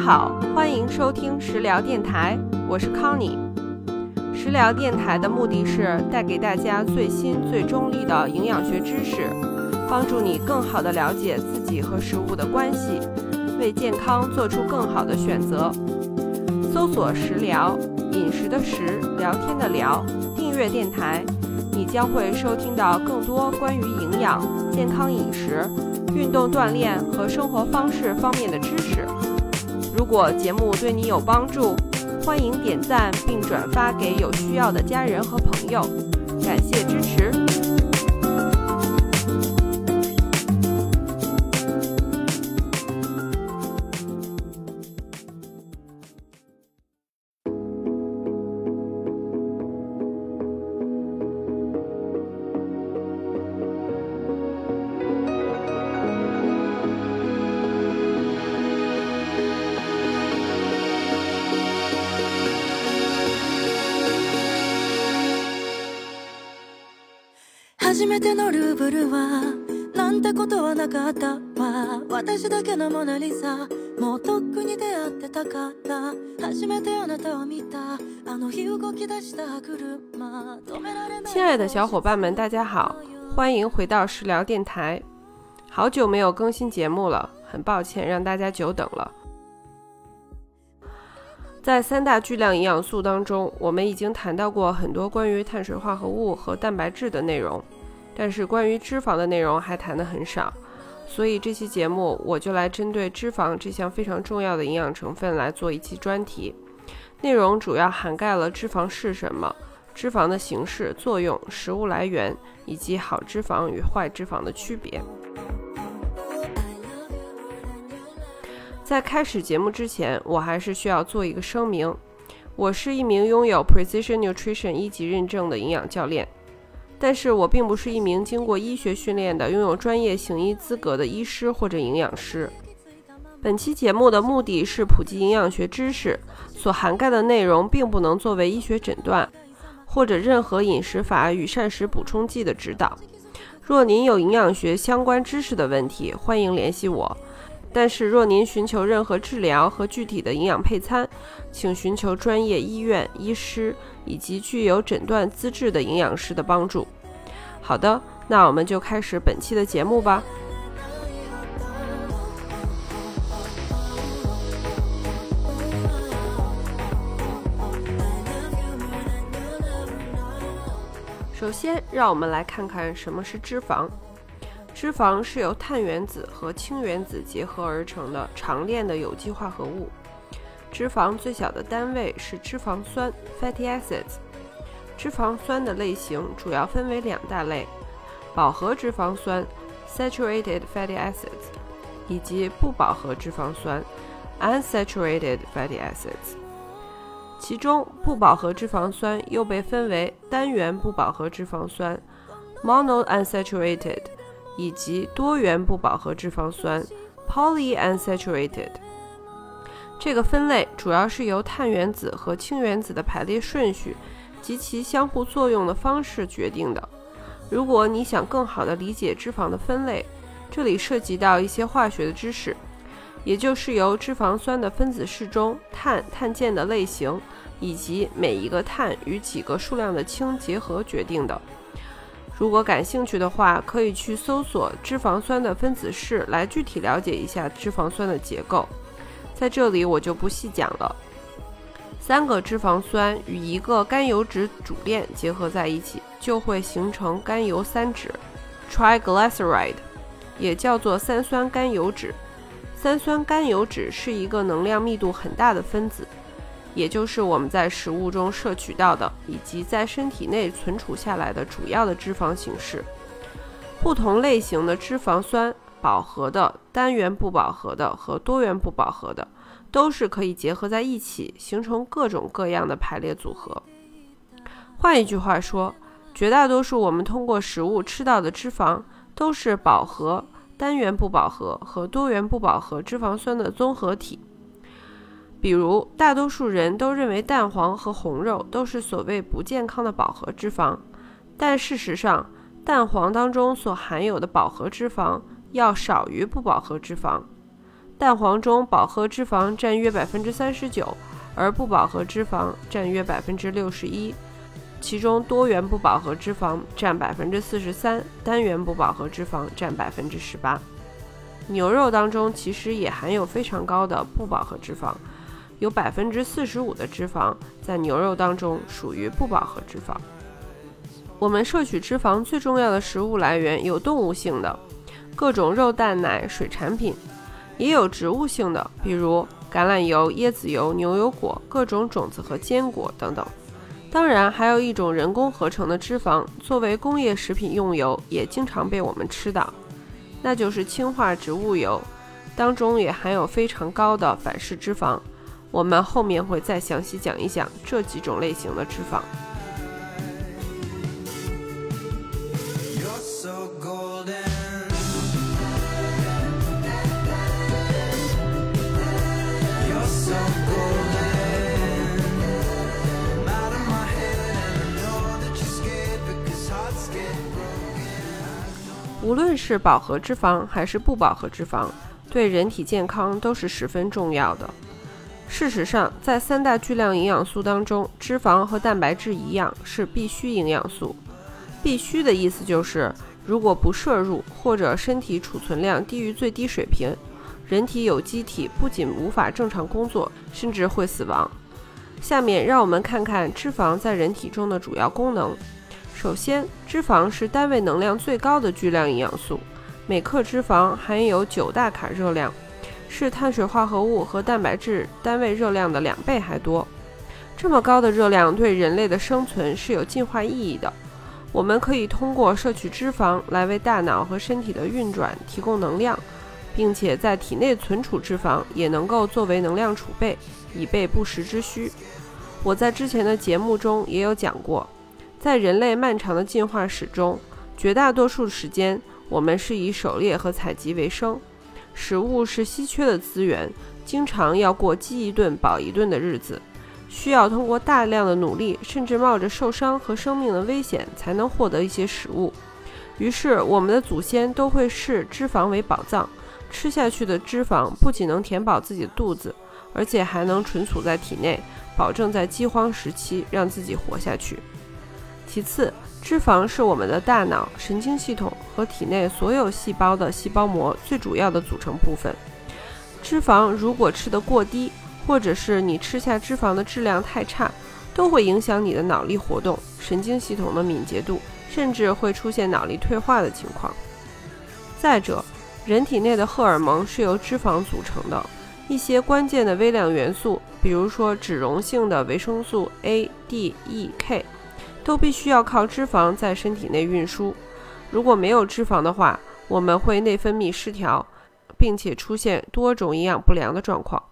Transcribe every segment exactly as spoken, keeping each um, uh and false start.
好，欢迎收听食疗电台，我是康妮。食疗电台的目的是带给大家最新最中立的营养学知识，帮助你更好地了解自己和食物的关系，为健康做出更好的选择。搜索食疗，饮食的食，聊天的聊，订阅电台，你将会收听到更多关于营养、健康饮食、运动锻炼和生活方式方面的知识。如果节目对你有帮助，欢迎点赞并转发给有需要的家人和朋友，感谢支持。 初めてのルーブルはなんてことはなかったわ私だけのモナリザもうとっくに出会ってたから初めてあなたを見たあの日動き出した車止められない。 亲爱的小伙伴们大家好，欢迎回到食疗电台。好久没有更新节目了，很抱歉让大家久等了。在三大巨量营养素当中，我们已经谈到过很多关于碳水化合物和蛋白质的内容，但是关于脂肪的内容还谈得很少，所以这期节目我就来针对脂肪这项非常重要的营养成分来做一期专题。内容主要涵盖了脂肪是什么、脂肪的形式、作用、食物来源，以及好脂肪与坏脂肪的区别。在开始节目之前，我还是需要做一个声明，我是一名拥有 Precision Nutrition 一级认证的营养教练，但是我并不是一名经过医学训练的拥有专业行医资格的医师或者营养师。本期节目的目的是普及营养学知识，所涵盖的内容并不能作为医学诊断或者任何饮食法与膳食补充剂的指导。若您有营养学相关知识的问题，欢迎联系我。但是若您寻求任何治疗和具体的营养配餐，请寻求专业医院、医师以及具有诊断资质的营养师的帮助。好的，那我们就开始本期的节目吧。首先，让我们来看看什么是脂肪。脂肪是由碳原子和氢原子结合而成的长链的有机化合物。脂肪最小的单位是脂肪酸 fatty acids。 脂肪酸的类型主要分为两大类，饱和脂肪酸 saturated fatty acids 以及不饱和脂肪酸 unsaturated fatty acids。 其中不饱和脂肪酸又被分为单元不饱和脂肪酸 monounsaturated以及多元不饱和脂肪酸 polyunsaturated。 这个分类主要是由碳原子和氢原子的排列顺序及其相互作用的方式决定的。如果你想更好地理解脂肪的分类，这里涉及到一些化学的知识，也就是由脂肪酸的分子式中碳碳键的类型以及每一个碳与几个数量的氢结合决定的。如果感兴趣的话，可以去搜索脂肪酸的分子式来具体了解一下脂肪酸的结构，在这里我就不细讲了。三个脂肪酸与一个甘油酯主链结合在一起，就会形成甘油三酯 triglyceride， 也叫做三酸甘油酯。三酸甘油酯是一个能量密度很大的分子，也就是我们在食物中摄取到的以及在身体内存储下来的主要的脂肪形式。不同类型的脂肪酸，饱和的、单元不饱和的和多元不饱和的，都是可以结合在一起，形成各种各样的排列组合。换一句话说，绝大多数我们通过食物吃到的脂肪都是饱和、单元不饱和和多元不饱和脂肪酸的综合体。比如，大多数人都认为蛋黄和红肉都是所谓不健康的饱和脂肪，但事实上，蛋黄当中所含有的饱和脂肪要少于不饱和脂肪。 蛋黄中饱和脂肪占约 百分之三十九， 而不饱和脂肪占约 百分之六十一， 其中多元不饱和脂肪占 百分之四十三， 单元不饱和脂肪占 百分之十八。 牛肉当中其实也含有非常高的不饱和脂肪，有 百分之四十五 的脂肪在牛肉当中属于不饱和脂肪。我们摄取脂肪最重要的食物来源有动物性的，各种肉蛋奶水产品，也有植物性的，比如橄榄油、椰子油、牛油果、各种种子和坚果等等。当然还有一种人工合成的脂肪，作为工业食品用油也经常被我们吃到，那就是氢化植物油，当中也含有非常高的反式脂肪。我们后面会再详细讲一讲这几种类型的脂肪。无论是饱和脂肪还是不饱和脂肪，对人体健康都是十分重要的。事实上，在三大巨量营养素当中，脂肪和蛋白质一样是必需营养素。必须的意思就是，如果不摄入或者身体储存量低于最低水平，人体有机体不仅无法正常工作，甚至会死亡。下面让我们看看脂肪在人体中的主要功能。首先，脂肪是单位能量最高的巨量营养素，每克脂肪含有九大卡热量，是碳水化合物和蛋白质单位热量的两倍还多。这么高的热量对人类的生存是有进化意义的。我们可以通过摄取脂肪来为大脑和身体的运转提供能量，并且在体内存储脂肪也能够作为能量储备，以备不时之需。我在之前的节目中也有讲过，在人类漫长的进化史中，绝大多数时间我们是以狩猎和采集为生，食物是稀缺的资源，经常要过饥一顿饱一顿的日子，需要通过大量的努力，甚至冒着受伤和生命的危险才能获得一些食物。于是我们的祖先都会视脂肪为宝藏，吃下去的脂肪不仅能填饱自己的肚子，而且还能存储在体内，保证在饥荒时期让自己活下去。其次，脂肪是我们的大脑、神经系统和体内所有细胞的细胞膜最主要的组成部分。脂肪如果吃得过低，或者是你吃下脂肪的质量太差，都会影响你的脑力活动、神经系统的敏捷度，甚至会出现脑力退化的情况。再者，人体内的荷尔蒙是由脂肪组成的，一些关键的微量元素，比如说脂溶性的维生素 A、D、E、K， 都必须要靠脂肪在身体内运输。如果没有脂肪的话，我们会内分泌失调，并且出现多种营养不良的状况。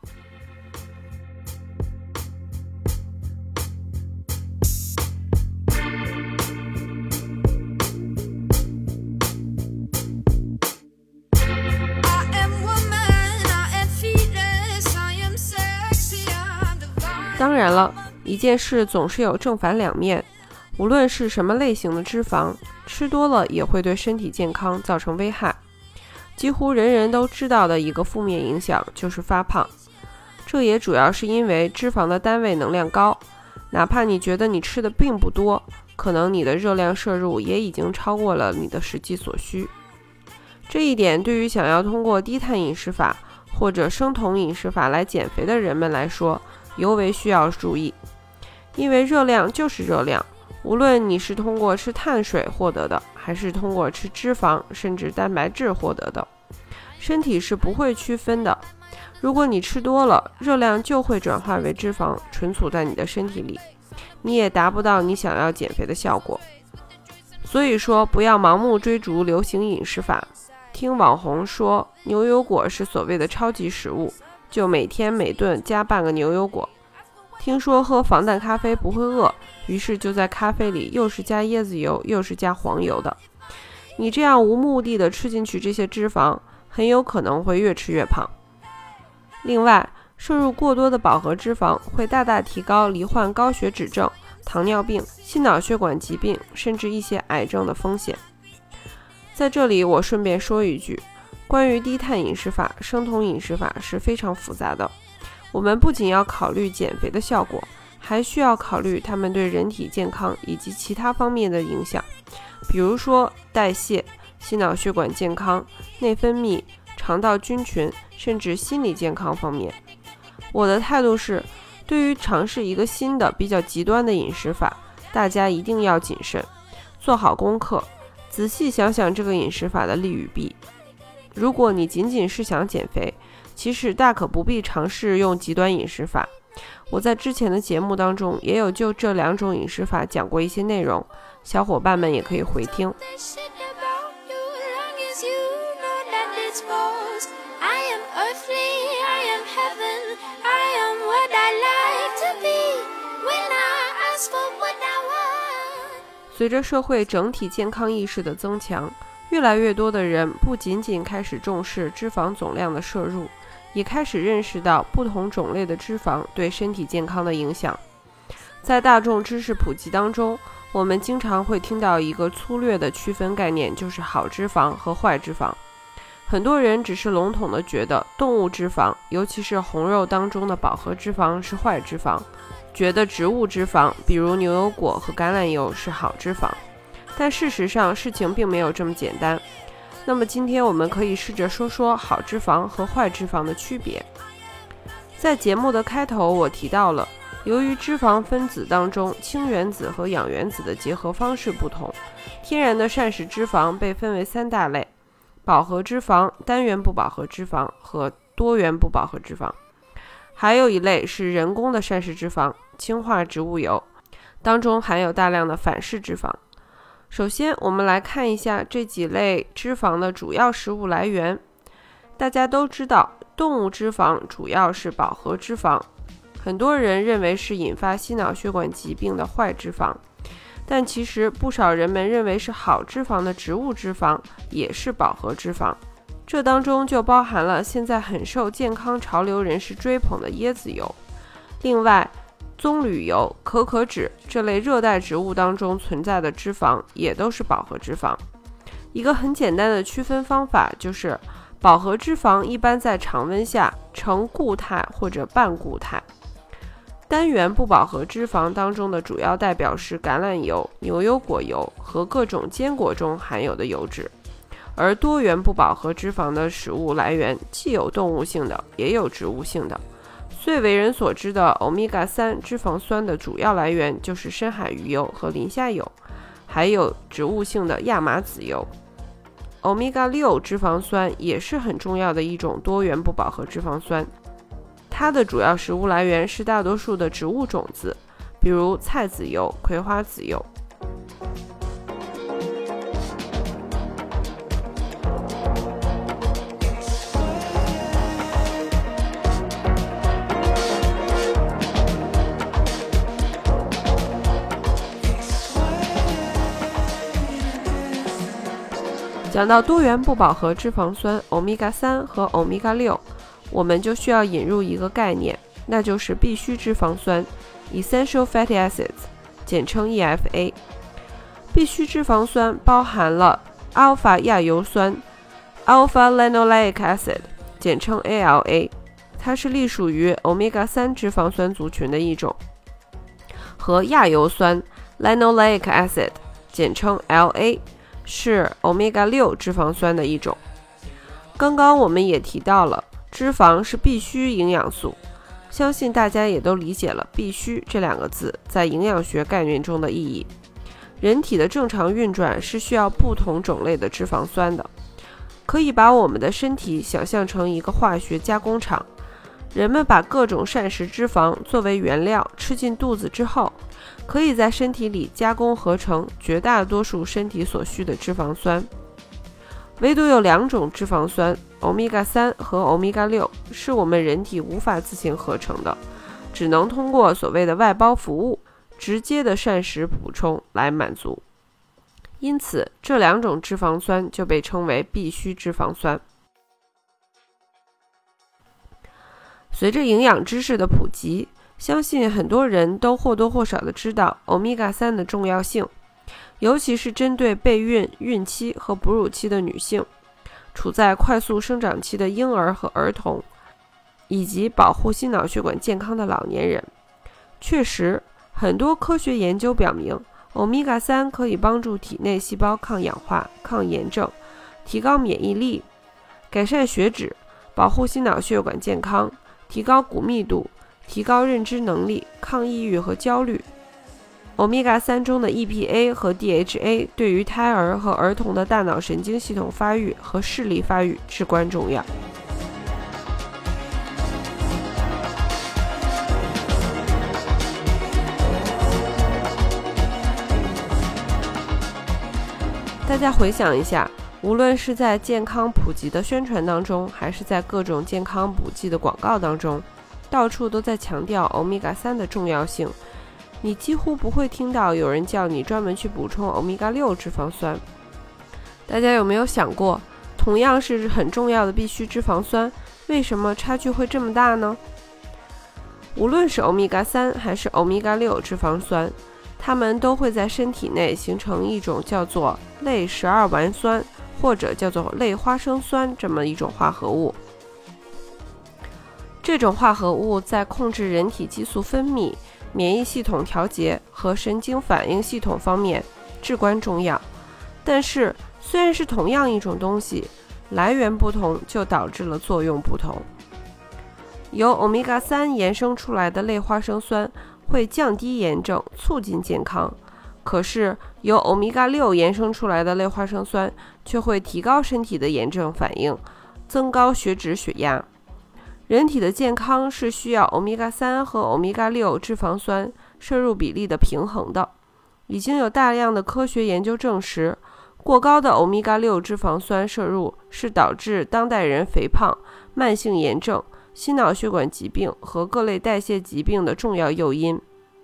当然了，一件事总是有正反两面，无论是什么类型的脂肪，吃多了也会对身体健康造成危害。几乎人人都知道的一个负面影响就是发胖，这也主要是因为脂肪的单位能量高，哪怕你觉得你吃的并不多，可能你的热量摄入也已经超过了你的实际所需。这一点对于想要通过低碳饮食法或者生酮饮食法来减肥的人们来说尤为需要注意，因为热量就是热量，无论你是通过吃碳水获得的，还是通过吃脂肪甚至蛋白质获得的，身体是不会区分的。如果你吃多了，热量就会转化为脂肪存储在你的身体里，你也达不到你想要减肥的效果。所以说，不要盲目追逐流行饮食法，听网红说牛油果是所谓的超级食物，就每天每顿加半个牛油果。听说喝防弹咖啡不会饿，于是就在咖啡里又是加椰子油又是加黄油的。你这样无目的的吃进去这些脂肪，很有可能会越吃越胖。另外，摄入过多的饱和脂肪会大大提高罹患高血脂症、糖尿病、心脑血管疾病，甚至一些癌症的风险。在这里我顺便说一句， 关于低碳饮食法、生酮饮食法是非常复杂的，我们不仅要考虑减肥的效果，还需要考虑它们对人体健康以及其他方面的影响，比如说代谢、心脑血管健康、内分泌、肠道菌群，甚至心理健康方面。我的态度是，对于尝试一个新的比较极端的饮食法，大家一定要谨慎，做好功课，仔细想想这个饮食法的利与弊。如果你仅仅是想减肥，其实大可不必尝试用极端饮食法。我在之前的节目当中也有就这两种饮食法讲过一些内容，小伙伴们也可以回听。随着社会整体健康意识的增强，越来越多的人不仅仅开始重视脂肪总量的摄入，也开始认识到不同种类的脂肪对身体健康的影响。在大众知识普及当中，我们经常会听到一个粗略的区分概念，就是好脂肪和坏脂肪。很多人只是笼统地觉得动物脂肪，尤其是红肉当中的饱和脂肪是坏脂肪，觉得植物脂肪，比如牛油果和橄榄油是好脂肪。但事实上，事情并没有这么简单。那么今天我们可以试着说说好脂肪和坏脂肪的区别。在节目的开头，我提到了，由于脂肪分子当中氢原子和氧原子的结合方式不同，天然的膳食脂肪被分为三大类：饱和脂肪、单元不饱和脂肪和多元不饱和脂肪。还有一类是人工的膳食脂肪，氢化植物油，当中含有大量的反式脂肪。首先，我们来看一下这几类脂肪的主要食物来源。大家都知道，动物脂肪主要是饱和脂肪，很多人认为是引发心脑血管疾病的坏脂肪，但其实不少人们认为是好脂肪的植物脂肪也是饱和脂肪。这当中就包含了现在很受健康潮流人士追捧的椰子油。另外，棕榈油、可可脂这类热带植物当中存在的脂肪也都是饱和脂肪。一个很简单的区分方法就是，饱和脂肪一般在常温下呈固态或者半固态。单元不饱和脂肪当中的主要代表是橄榄油、牛油果油和各种坚果中含有的油脂。而多元不饱和脂肪的食物来源既有动物性的，也有植物性的。最为人所知的欧米伽三脂肪酸的主要来源就是深海鱼油和磷虾油，还有植物性的亚麻籽油。欧米伽六脂肪酸也是很重要的一种多元不饱和脂肪酸，它的主要食物来源是大多数的植物种子，比如菜籽油、葵花籽油。讲到多元不饱和脂肪酸欧米伽三和欧米伽六，我们就需要引入一个概念，那就是必需脂肪酸 Essential Fatty Acids， 简称 E F A。 必需脂肪酸包含了 Alpha 亚油酸 Alpha Linoleic Acid， 简称 A L A， 它是隶属于欧米伽三脂肪酸族群的一种，和亚油酸 Linoleic Acid， 简称 L A，是欧米伽六脂肪酸的一种。刚刚我们也提到了，脂肪是必需营养素，相信大家也都理解了必须这两个字在营养学概念中的意义。人体的正常运转是需要不同种类的脂肪酸的，可以把我们的身体想象成一个化学加工厂，人们把各种膳食脂肪作为原料吃进肚子之后，可以在身体里加工合成绝大多数身体所需的脂肪酸。唯独有两种脂肪酸欧米伽三和欧米伽六是我们人体无法自行合成的，只能通过所谓的外包服务直接的膳食补充来满足。因此这两种脂肪酸就被称为必需脂肪酸。随着营养知识的普及，相信很多人都或多或少的知道欧米伽三的重要性，尤其是针对备孕、孕期和哺乳期的女性。 处在快速生长期的婴儿和儿童，以及保护心脑血管健康的老年人。确实，很多科学研究表明，欧米伽三可以帮助体内细胞抗氧化、抗炎症，提高免疫力，改善血脂，保护心脑血管健康，提高骨密度，提高认知能力，抗抑郁和焦虑。欧米伽三中的 E P A 和 D H A 对于胎儿和儿童的大脑神经系统发育和视力发育至关重要。大家回想一下，无论是在健康普及的宣传当中，还是在各种健康补剂的广告当中，到处都在强调欧米伽三的重要性。你几乎不会听到有人叫你专门去补充欧米伽六脂肪酸。大家有没有想过，同样是很重要的必需脂肪酸，为什么差距会这么大呢？无论是欧米伽三还是欧米伽六脂肪酸，它们都会在身体内形成一种叫做类十二烷酸，或者叫做类花生酸这么一种化合物。这种化合物在控制人体激素分泌、免疫系统调节和神经反应系统方面至关重要。但是，虽然是同样一种东西，来源不同就导致了作用不同。由欧米伽三衍生出来的类花生酸会降低炎症，促进健康。可是由欧米伽六衍生出来的类花生酸却会提高身体的炎症反应，增高血脂血压。人体的健康是需要欧米伽三和欧米伽六脂肪酸摄入比例的平衡的。已经有大量的科学研究证实，过高的欧米伽六脂肪酸摄入是导致当代人肥胖、慢性炎症、心脑血管疾病和各类代谢疾病的重要诱因。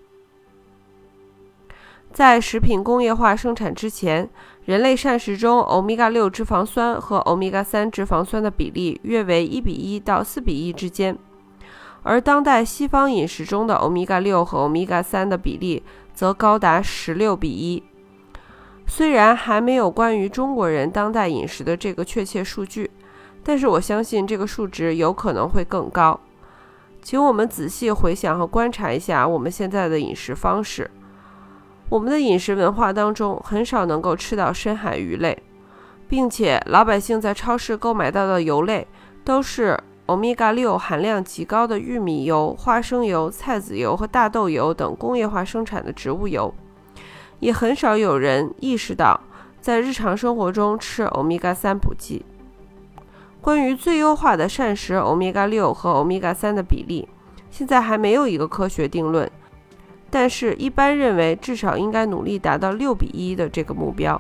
在食品工业化生产之前，人类膳食中欧米伽六脂肪酸和欧米伽三脂肪酸的比例约为一比一到四比一之间，而当代西方饮食中的欧米伽六和欧米伽三的比例则高达十六比一。虽然还没有关于中国人当代饮食的这个确切数据，但是我相信这个数值有可能会更高。请我们仔细回想和观察一下我们现在的饮食方式。我们的饮食文化当中很少能够吃到深海鱼类，并且老百姓在超市购买到的油类都是欧米伽六含量极高的玉米油、花生油、菜籽油和大豆油等工业化生产的植物油。也很少有人意识到在日常生活中吃欧米伽三补剂。关于最优化的膳食欧米伽六和欧米伽三的比例，现在还没有一个科学定论，但是一般认为至少应该努力达到六比一的这个目标。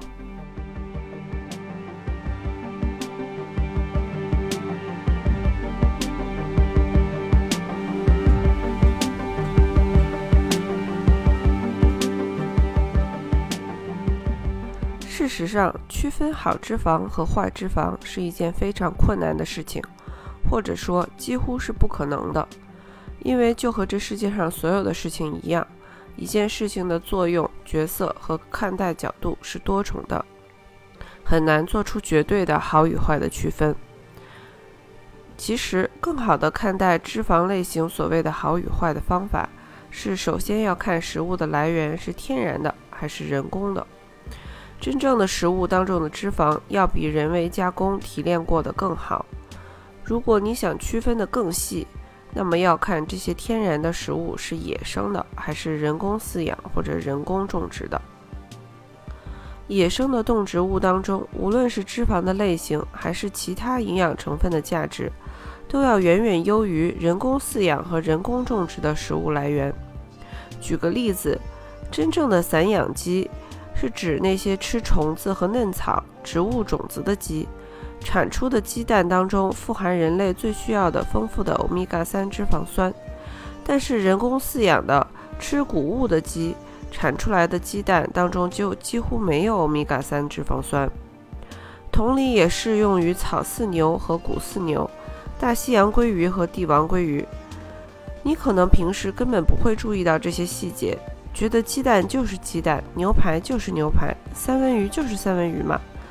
事实上，区分好脂肪和坏脂肪是一件非常困难的事情，或者说几乎是不可能的。因为就和这世界上所有的事情一样，一件事情的作用、角色和看待角度是多重的，很难做出绝对的好与坏的区分。其实，更好的看待脂肪类型所谓的好与坏的方法，是首先要看食物的来源是天然的还是人工的。真正的食物当中的脂肪要比人为加工提炼过的更好。如果你想区分得更细，那么要看这些天然的食物是野生的还是人工饲养或者人工种植的。野生的动植物当中，无论是脂肪的类型还是其他营养成分的价值，都要远远优于人工饲养和人工种植的食物来源。举个例子，真正的散养鸡是指那些吃虫子和嫩草、植物种子的鸡，产出的鸡蛋当中富含人类最需要的丰富的欧米伽三脂肪酸。但是人工饲养的吃谷物的鸡产出来的鸡蛋当中就几乎没有欧米伽三脂肪酸。同理也适用于草饲牛和谷饲牛、大西洋鲑鱼和帝王鲑鱼。你可能平时根本不会注意到这些细节，觉得鸡蛋就是鸡蛋，牛排就是牛排，三文鱼就是三文鱼嘛。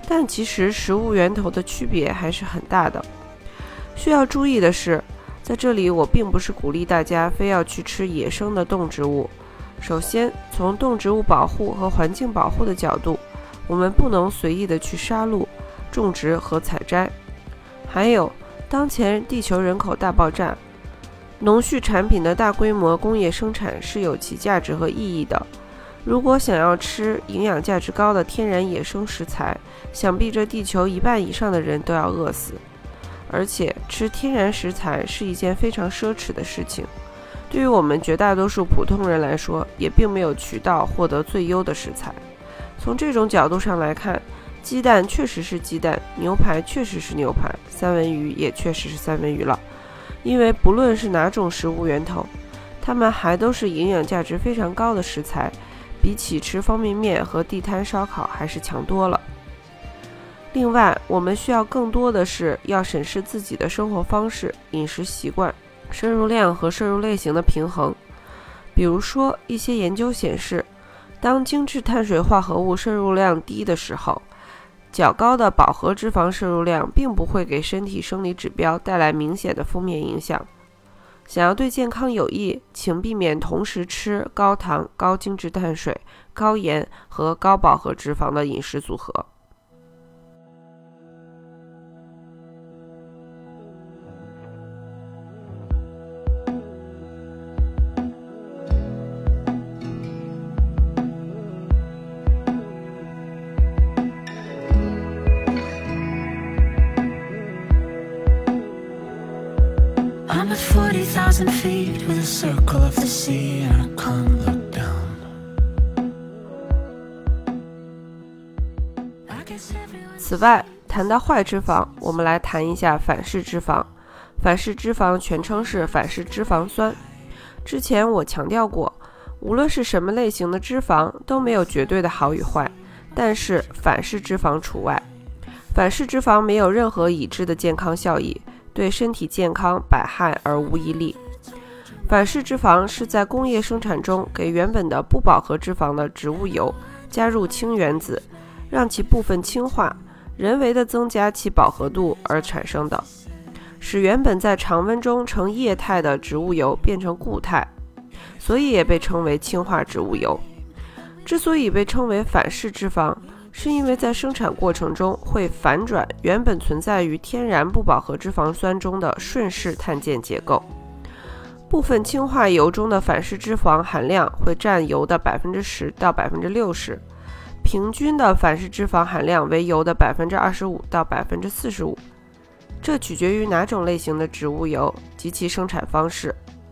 但其实食物源头的区别还是很大的。需要注意的是，在这里我并不是鼓励大家非要去吃野生的动植物。首先，从动植物保护和环境保护的角度，我们不能随意的去杀戮、种植和采摘。还有，当前地球人口大爆炸，农畜产品的大规模工业生产是有其价值和意义的。如果想要吃营养价值高的天然野生食材，想必这地球一半以上的人都要饿死。而且，吃天然食材是一件非常奢侈的事情。对于我们绝大多数普通人来说，也并没有渠道获得最优的食材。从这种角度上来看，鸡蛋确实是鸡蛋，牛排确实是牛排，三文鱼也确实是三文鱼了。因为不论是哪种食物源头，它们还都是营养价值非常高的食材，比起吃方便面和地摊烧烤还是强多了。另外，我们需要更多的是要审视自己的生活方式、饮食习惯、摄入量和摄入类型的平衡。比如说，一些研究显示，当精致碳水化合物摄入量低的时候，较高的饱和脂肪摄入量并不会给身体生理指标带来明显的负面影响。想要对健康有益，请避免同时吃高糖、高精致碳水、高盐和高饱和脂肪的饮食组合。 I'm at forty thousand feet with a circle of the sea and I can't look down. I guess everyone... 此外，谈到坏脂肪，我们来谈一下反式脂肪。反式脂肪全称是反式脂肪酸。之前我强调过，无论是什么类型的脂肪都没有绝对的好与坏，但是反式脂肪除外。反式脂肪没有任何已知的健康效益，对身体健康百害而无一利。反式脂肪是在工业生产中给原本的不饱和脂肪的植物油加入氢原子，让其部分氢化，人为的增加其饱和度而产生的，使原本在常温中呈液态的植物油变成固态，所以也被称为氢化植物油。之所以被称为反式脂肪，是因为在生产过程中会反转原本存在于天然不饱和脂肪酸中的顺式碳键结构。部分氢化油中的反式脂肪含量会占油的 百分之十 到 百分之六十， 平均的反式脂肪含量为油的 百分之二十五 到 百分之四十五， 这取决于哪种类型的植物油及其生产方式。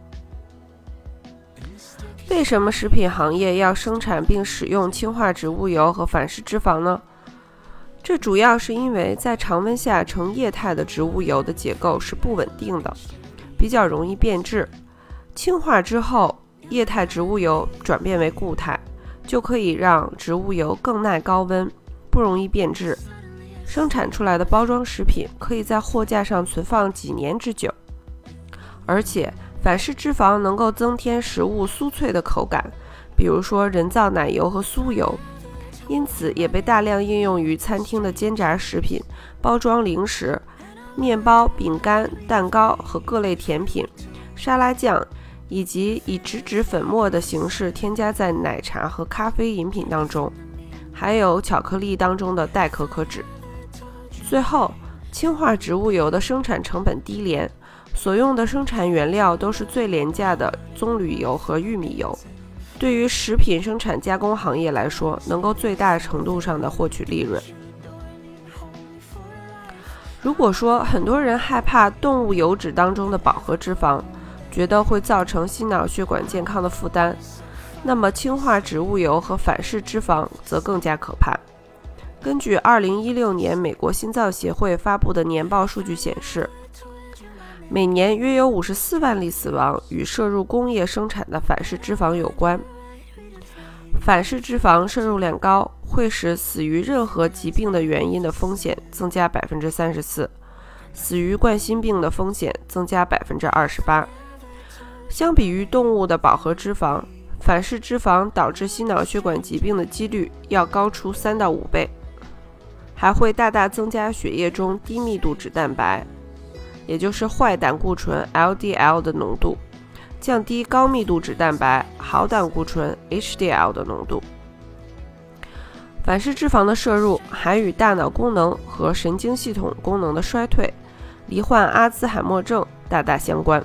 为什么食品行业要生产并使用氢化植物油和反式脂肪呢？这主要是因为在常温下呈液态的植物油的结构是不稳定的，比较容易变质。氢化之后，液态植物油转变为固态，就可以让植物油更耐高温，不容易变质。生产出来的包装食品可以在货架上存放几年之久。而且反式脂肪能够增添食物酥脆的口感，比如说人造奶油和酥油，因此也被大量应用于餐厅的煎炸食品、包装零食、面包、饼干、蛋糕和各类甜品、沙拉酱，以及以植脂粉末的形式添加在奶茶和咖啡饮品当中，还有巧克力当中的代可可脂。最后，氢化植物油的生产成本低廉，所用的生产原料都是最廉价的棕榈油和玉米油，对于食品生产加工行业来说，能够最大程度上的获取利润。如果说很多人害怕动物油脂当中的饱和脂肪，觉得会造成心脑血管健康的负担，那么氢化植物油和反式脂肪则更加可怕。根据二零一六年美国心脏协会发布的年报数据显示，每年约有五十四万例死亡与摄入工业生产的反式脂肪有关。反式脂肪摄入量高，会使死于任何疾病的原因的风险增加 百分之三十四， 死于冠心病的风险增加 百分之二十八。 相比于动物的饱和脂肪，反式脂肪导致心脑血管疾病的几率要高出三到五倍。 还会大大增加血液中低密度脂蛋白，也就是坏胆固醇 L D L 的浓度，降低高密度脂蛋白好胆固醇 H D L 的浓度。反式脂肪的摄入还与大脑功能和神经系统功能的衰退、罹患阿兹海默症大大相关。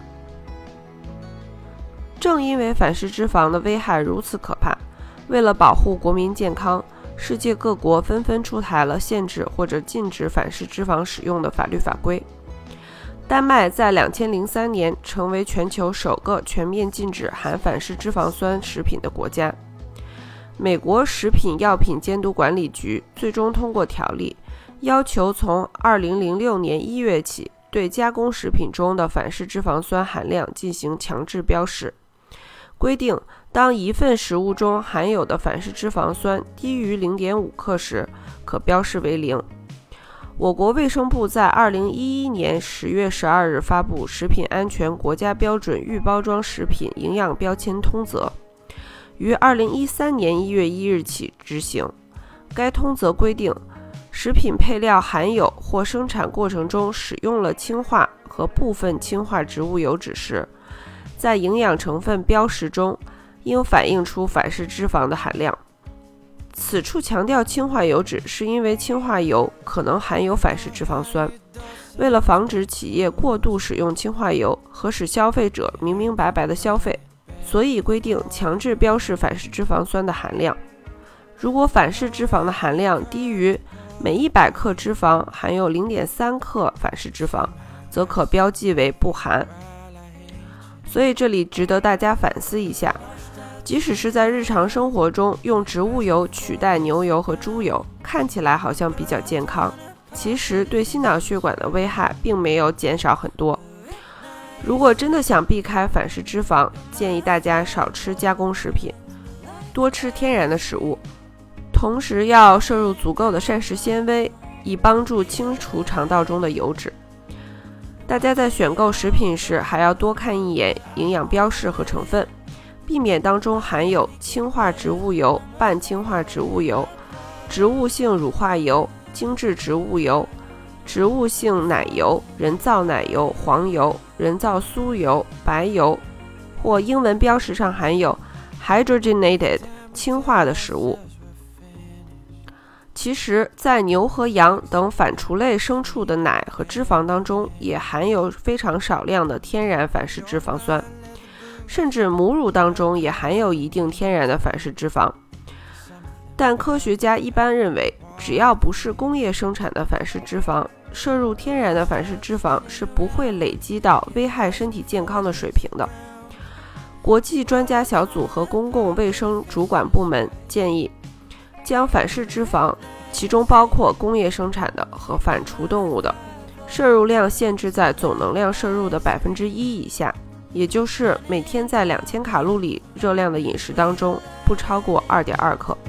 正因为反式脂肪的危害如此可怕，为了保护国民健康，世界各国纷纷出台了限制或者禁止反式脂肪使用的法律法规。丹麦在两千零三年成为全球首个全面禁止含反式脂肪酸食品的国家。美国食品药品监督管理局最终通过条例，要求从二零零六年一月起对加工食品中的反式脂肪酸含量进行强制标示，规定当一份食物中含有的反式脂肪酸低于 零点五 克时，可标示为零。我国卫生部在二零一一年十月十二日发布《食品安全国家标准预包装食品营养标签通则》，于二零一三年一月一日起执行。该通则规定，食品配料含有或生产过程中使用了氢化和部分氢化植物油脂时，在营养成分标识中应反映出反式脂肪的含量。此处强调氢化油脂，是因为氢化油可能含有反式脂肪酸。为了防止企业过度使用氢化油和使消费者明明白白的消费，所以规定强制标示反式脂肪酸的含量。如果反式脂肪的含量低于每一百克脂肪含有 零点三 克反式脂肪，则可标记为不含。所以这里值得大家反思一下，即使是在日常生活中用植物油取代牛油和猪油，看起来好像比较健康，其实对心脑血管的危害并没有减少很多。如果真的想避开反式脂肪，建议大家少吃加工食品，多吃天然的食物，同时要摄入足够的膳食纤维，以帮助清除肠道中的油脂。大家在选购食品时还要多看一眼营养标示和成分，避免当中含有氢化植物油、半氢化植物油、植物性乳化油、精制植物油、植物性奶油、人造奶油、黄油、人造酥油、白油，或英文标识上含有 hydrogenated 氢化的食物。其实，在牛和羊等反刍类牲畜的奶和脂肪当中，也含有非常少量的天然反式脂肪酸，甚至母乳当中也含有一定天然的反式脂肪。但科学家一般认为，只要不是工业生产的反式脂肪，摄入天然的反式脂肪是不会累积到危害身体健康的水平的。国际专家小组和公共卫生主管部门建议，将反式脂肪，其中包括工业生产的和反刍动物的，摄入量限制在总能量摄入的百分之一以下，也就是每天在两千卡路里热量的饮食当中不超过 二点二 克。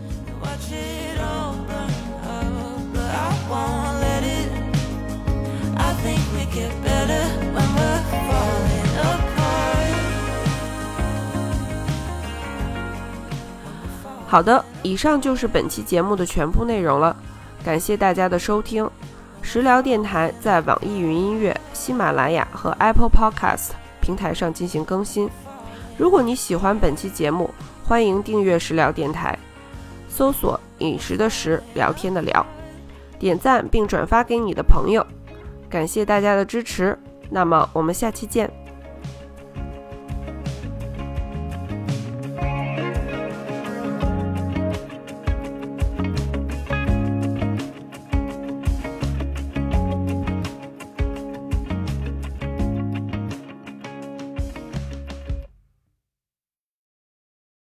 好的，以上就是本期节目的全部内容了，感谢大家的收听。食疗电台在网易云音乐、喜马拉雅和 Apple Podcast 平台上进行更新。如果你喜欢本期节目，欢迎订阅食疗电台，搜索饮食的食，聊天的聊，点赞并转发给你的朋友。感谢大家的支持，那么我们下期见。